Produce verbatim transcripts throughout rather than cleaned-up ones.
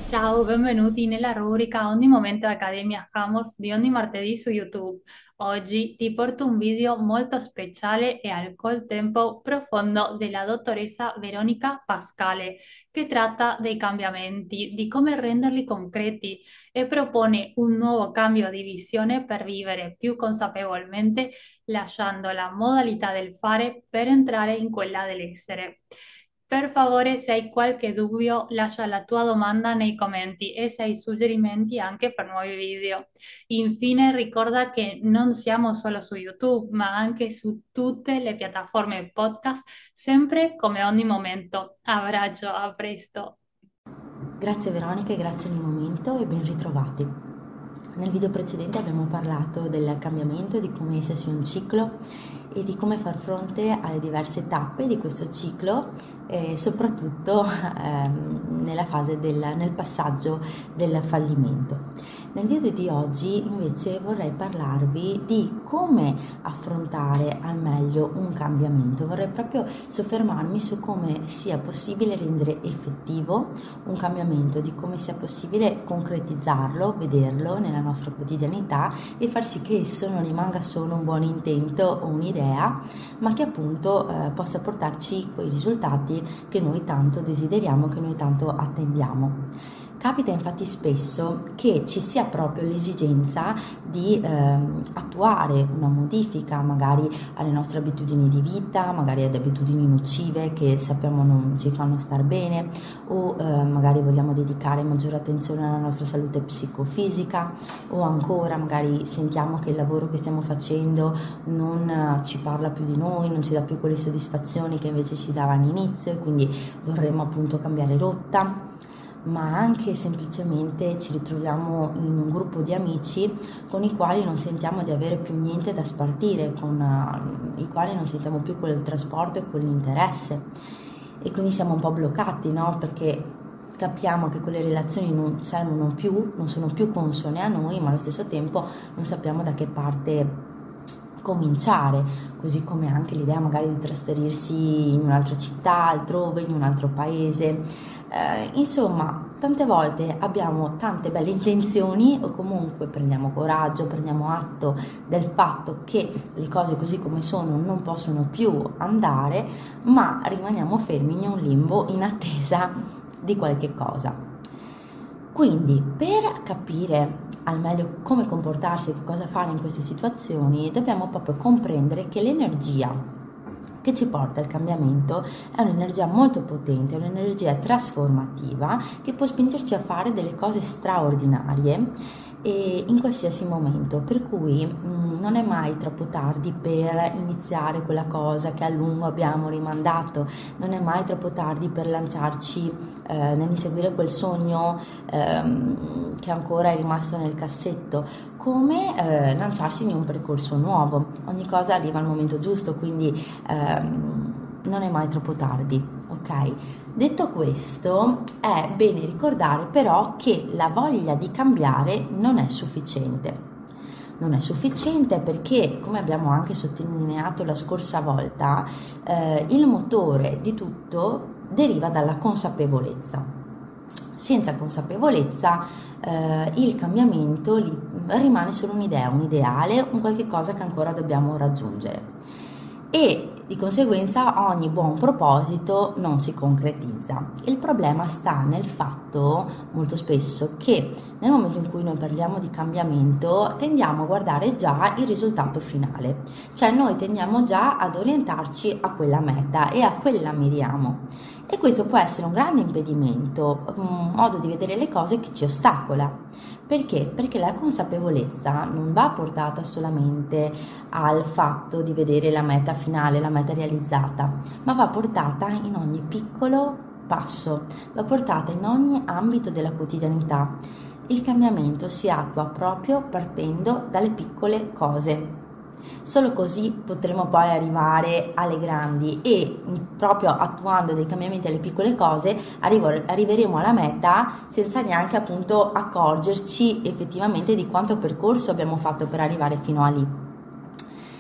Ciao, benvenuti nella rubrica Ogni Momento Accademia Hammers di ogni martedì su YouTube. Oggi ti porto un video molto speciale e al contempo profondo della dottoressa Veronica Pascale, che tratta dei cambiamenti, di come renderli concreti e propone un nuovo cambio di visione per vivere più consapevolmente, lasciando la modalità del fare per entrare in quella dell'essere. Per favore, se hai qualche dubbio, lascia la tua domanda nei commenti e se hai suggerimenti anche per nuovi video. Infine, ricorda che non siamo solo su YouTube, ma anche su tutte le piattaforme podcast, sempre come ogni momento. Abbraccio, a presto. Grazie Veronica e grazie ogni momento e ben ritrovati. Nel video precedente abbiamo parlato del cambiamento, di come essa sia un ciclo e di come far fronte alle diverse tappe di questo ciclo, e soprattutto ehm, nella fase del nel passaggio del fallimento. Nel video di oggi invece vorrei parlarvi di come affrontare al meglio un cambiamento. Vorrei proprio soffermarmi su come sia possibile rendere effettivo un cambiamento, di come sia possibile concretizzarlo, vederlo nella nostra quotidianità e far sì che esso non rimanga solo un buon intento o un'idea, ma che appunto eh, possa portarci quei risultati che noi tanto desideriamo, che noi tanto attendiamo. Capita infatti spesso che ci sia proprio l'esigenza di ehm, attuare una modifica magari alle nostre abitudini di vita, magari ad abitudini nocive che sappiamo non ci fanno star bene, o eh, magari vogliamo dedicare maggiore attenzione alla nostra salute psicofisica, o ancora magari sentiamo che il lavoro che stiamo facendo non eh, ci parla più di noi, non ci dà più quelle soddisfazioni che invece ci dava all'inizio e quindi vorremmo appunto cambiare rotta. Ma anche semplicemente ci ritroviamo in un gruppo di amici con i quali non sentiamo di avere più niente da spartire, con uh, i quali non sentiamo più quel trasporto e quell'interesse e quindi siamo un po' bloccati, no? Perché capiamo che quelle relazioni non servono più, non sono più consone a noi, ma allo stesso tempo non sappiamo da che parte cominciare, così come anche l'idea magari di trasferirsi in un'altra città, altrove, in un altro paese. Eh, insomma, tante volte abbiamo tante belle intenzioni o comunque prendiamo coraggio, prendiamo atto del fatto che le cose così come sono non possono più andare, ma rimaniamo fermi in un limbo in attesa di qualche cosa. Quindi, per capire al meglio come comportarsi e che cosa fare in queste situazioni, dobbiamo proprio comprendere che l'energia che ci porta al cambiamento è un'energia molto potente, è un'energia trasformativa che può spingerci a fare delle cose straordinarie e in qualsiasi momento, per cui mh, non è mai troppo tardi per iniziare quella cosa che a lungo abbiamo rimandato, non è mai troppo tardi per lanciarci eh, nell'inseguire quel sogno ehm, che ancora è rimasto nel cassetto, come eh, lanciarsi in un percorso nuovo. Ogni cosa arriva al momento giusto, quindi ehm, non è mai troppo tardi, ok? Detto questo, è bene ricordare però che la voglia di cambiare non è sufficiente. Non è sufficiente perché, come abbiamo anche sottolineato la scorsa volta, eh, il motore di tutto deriva dalla consapevolezza. Senza consapevolezza eh, il cambiamento li, rimane solo un'idea, un ideale, un qualche cosa che ancora dobbiamo raggiungere. E di conseguenza ogni buon proposito non si concretizza. Il problema sta nel fatto molto spesso che nel momento in cui noi parliamo di cambiamento tendiamo a guardare già il risultato finale, cioè noi tendiamo già ad orientarci a quella meta e a quella miriamo. E questo può essere un grande impedimento, un modo di vedere le cose che ci ostacola. Perché? Perché la consapevolezza non va portata solamente al fatto di vedere la meta finale, la meta realizzata, ma va portata in ogni piccolo passo, va portata in ogni ambito della quotidianità. Il cambiamento si attua proprio partendo dalle piccole cose. Solo così potremo poi arrivare alle grandi e proprio attuando dei cambiamenti alle piccole cose arriveremo alla meta senza neanche appunto accorgerci effettivamente di quanto percorso abbiamo fatto per arrivare fino a lì.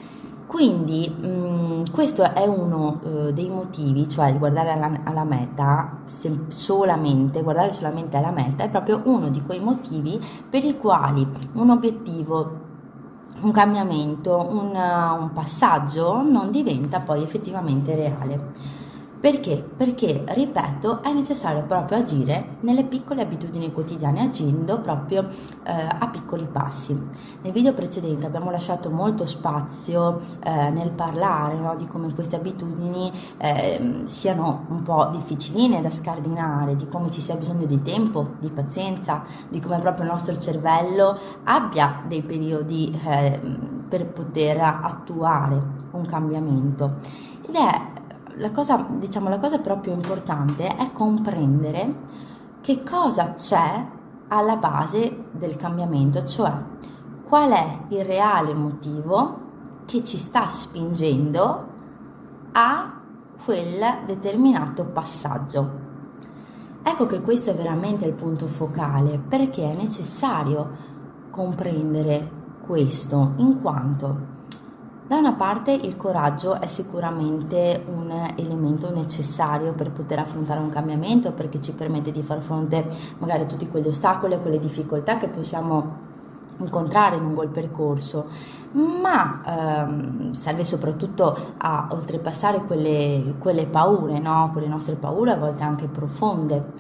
Quindi mh, questo è uno eh, dei motivi, cioè di guardare alla, alla meta, se, solamente, guardare solamente alla meta è proprio uno di quei motivi per i quali un obiettivo, un cambiamento, un, un passaggio non diventa poi effettivamente reale. Perché? Perché, ripeto, è necessario proprio agire nelle piccole abitudini quotidiane, agendo proprio eh, a piccoli passi. Nel video precedente abbiamo lasciato molto spazio eh, nel parlare, no, di come queste abitudini eh, siano un po' difficiline da scardinare, di come ci sia bisogno di tempo, di pazienza, di come proprio il nostro cervello abbia dei periodi eh, per poter attuare un cambiamento. Ed è la cosa, diciamo, la cosa proprio importante è comprendere che cosa c'è alla base del cambiamento, cioè qual è il reale motivo che ci sta spingendo a quel determinato passaggio. Ecco che questo è veramente il punto focale, perché è necessario comprendere questo, in quanto da una parte il coraggio è sicuramente un elemento necessario per poter affrontare un cambiamento, perché ci permette di far fronte magari a tutti quegli ostacoli, a quelle difficoltà che possiamo incontrare lungo il percorso, ma ehm, serve soprattutto a oltrepassare quelle, quelle paure, no? Quelle nostre paure a volte anche profonde,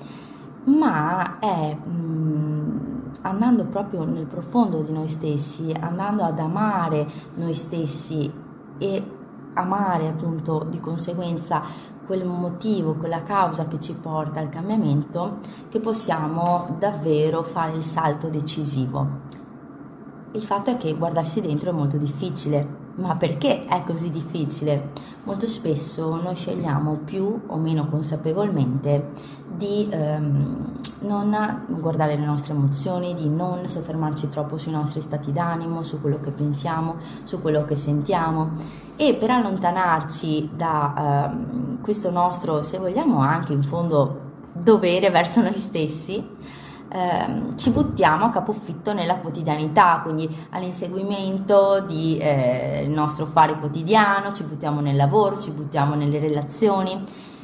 ma è mh, andando proprio nel profondo di noi stessi, andando ad amare noi stessi e amare appunto di conseguenza quel motivo, quella causa che ci porta al cambiamento, che possiamo davvero fare il salto decisivo. Il fatto è che guardarsi dentro è molto difficile. Ma perché è così difficile? Molto spesso noi scegliamo più o meno consapevolmente di ehm, non guardare le nostre emozioni, di non soffermarci troppo sui nostri stati d'animo, su quello che pensiamo, su quello che sentiamo, e per allontanarci da ehm, questo nostro, se vogliamo anche in fondo, dovere verso noi stessi, Eh, ci buttiamo a capofitto nella quotidianità, quindi all'inseguimento di eh, il nostro fare quotidiano, ci buttiamo nel lavoro, ci buttiamo nelle relazioni,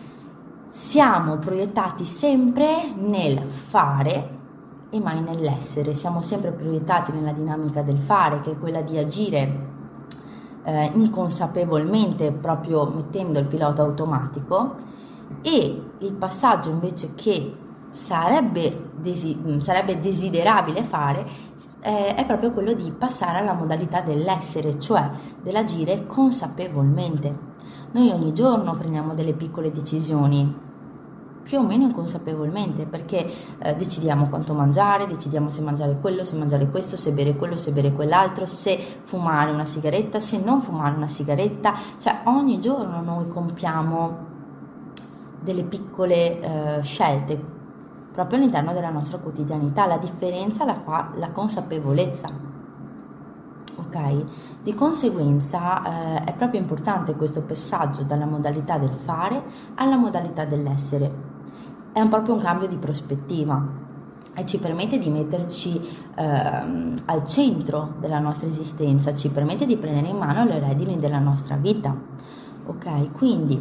siamo proiettati sempre nel fare e mai nell'essere, siamo sempre proiettati nella dinamica del fare, che è quella di agire eh, inconsapevolmente, proprio mettendo il pilota automatico, e il passaggio invece che sarebbe, desi- sarebbe desiderabile fare eh, è proprio quello di passare alla modalità dell'essere, cioè dell'agire consapevolmente. Noi ogni giorno prendiamo delle piccole decisioni, più o meno inconsapevolmente, perché eh, decidiamo quanto mangiare, decidiamo se mangiare quello, se mangiare questo, se bere quello, se bere quell'altro, se fumare una sigaretta, se non fumare una sigaretta, cioè ogni giorno noi compiamo delle piccole eh, scelte proprio all'interno della nostra quotidianità. La differenza la fa la consapevolezza, ok? Di conseguenza eh, è proprio importante questo passaggio dalla modalità del fare alla modalità dell'essere. È un, proprio un cambio di prospettiva e ci permette di metterci ehm, al centro della nostra esistenza, ci permette di prendere in mano le redini della nostra vita, ok? Quindi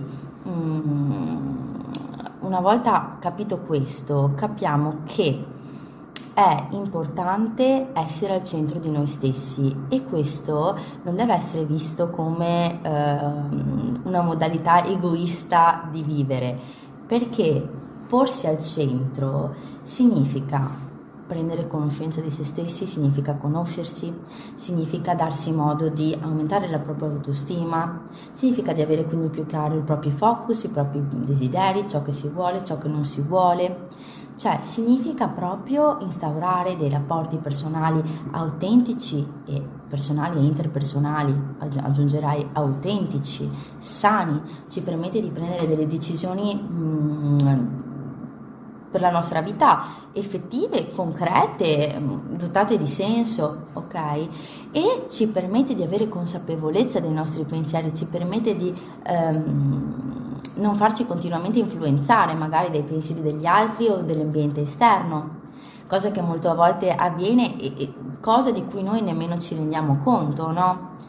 mm, una volta capito questo, capiamo che è importante essere al centro di noi stessi, e questo non deve essere visto come eh, una modalità egoista di vivere, perché porsi al centro significa prendere conoscenza di se stessi, significa conoscersi, significa darsi modo di aumentare la propria autostima, significa di avere quindi più chiaro i propri focus, i propri desideri, ciò che si vuole, ciò che non si vuole, cioè significa proprio instaurare dei rapporti personali autentici, e personali e interpersonali, aggiungerai autentici, sani, ci permette di prendere delle decisioni mh, per la nostra vita effettive, concrete, dotate di senso, ok? E ci permette di avere consapevolezza dei nostri pensieri, ci permette di ehm, non farci continuamente influenzare magari dai pensieri degli altri o dell'ambiente esterno, cosa che molte volte avviene e, e cosa di cui noi nemmeno ci rendiamo conto, no?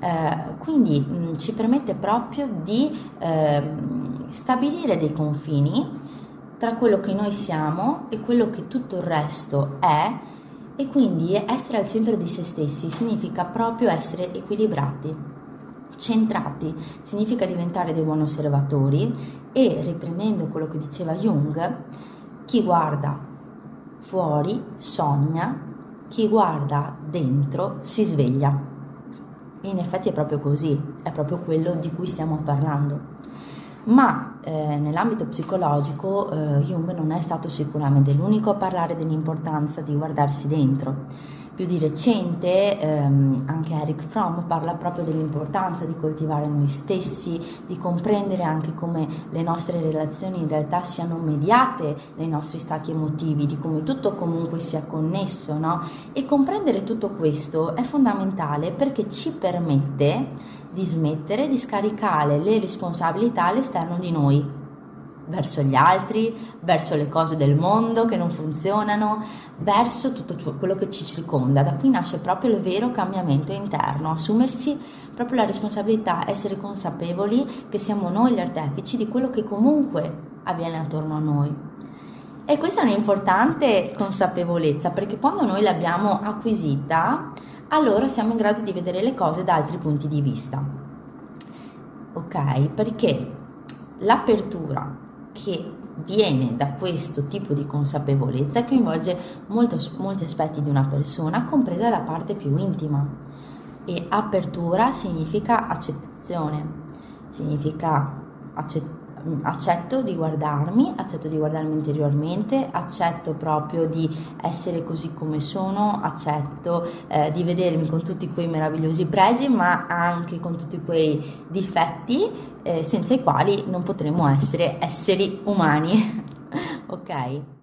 Eh, quindi mh, ci permette proprio di eh, stabilire dei confini tra quello che noi siamo e quello che tutto il resto è, e quindi essere al centro di se stessi significa proprio essere equilibrati, centrati, significa diventare dei buoni osservatori e, riprendendo quello che diceva Jung, chi guarda fuori sogna, chi guarda dentro si sveglia. In effetti è proprio così, è proprio quello di cui stiamo parlando. Ma eh, nell'ambito psicologico eh, Jung non è stato sicuramente l'unico a parlare dell'importanza di guardarsi dentro. Più di recente ehm, anche Erich Fromm parla proprio dell'importanza di coltivare noi stessi, di comprendere anche come le nostre relazioni in realtà siano mediate dai nostri stati emotivi, di come tutto comunque sia connesso, no? E comprendere tutto questo è fondamentale perché ci permette di smettere di scaricare le responsabilità all'esterno di noi, verso gli altri, verso le cose del mondo che non funzionano, verso tutto quello che ci circonda. Da qui nasce proprio il vero cambiamento interno, assumersi proprio la responsabilità, essere consapevoli che siamo noi gli artefici di quello che comunque avviene attorno a noi. E questa è un'importante consapevolezza, perché quando noi l'abbiamo acquisita, allora siamo in grado di vedere le cose da altri punti di vista. Ok? Perché l'apertura che viene da questo tipo di consapevolezza coinvolge molto, molti aspetti di una persona, compresa la parte più intima. E apertura significa accettazione, significa accettare. Accetto di guardarmi, accetto di guardarmi interiormente, accetto proprio di essere così come sono, accetto eh, di vedermi con tutti quei meravigliosi pregi, ma anche con tutti quei difetti eh, senza i quali non potremmo essere esseri umani. Ok?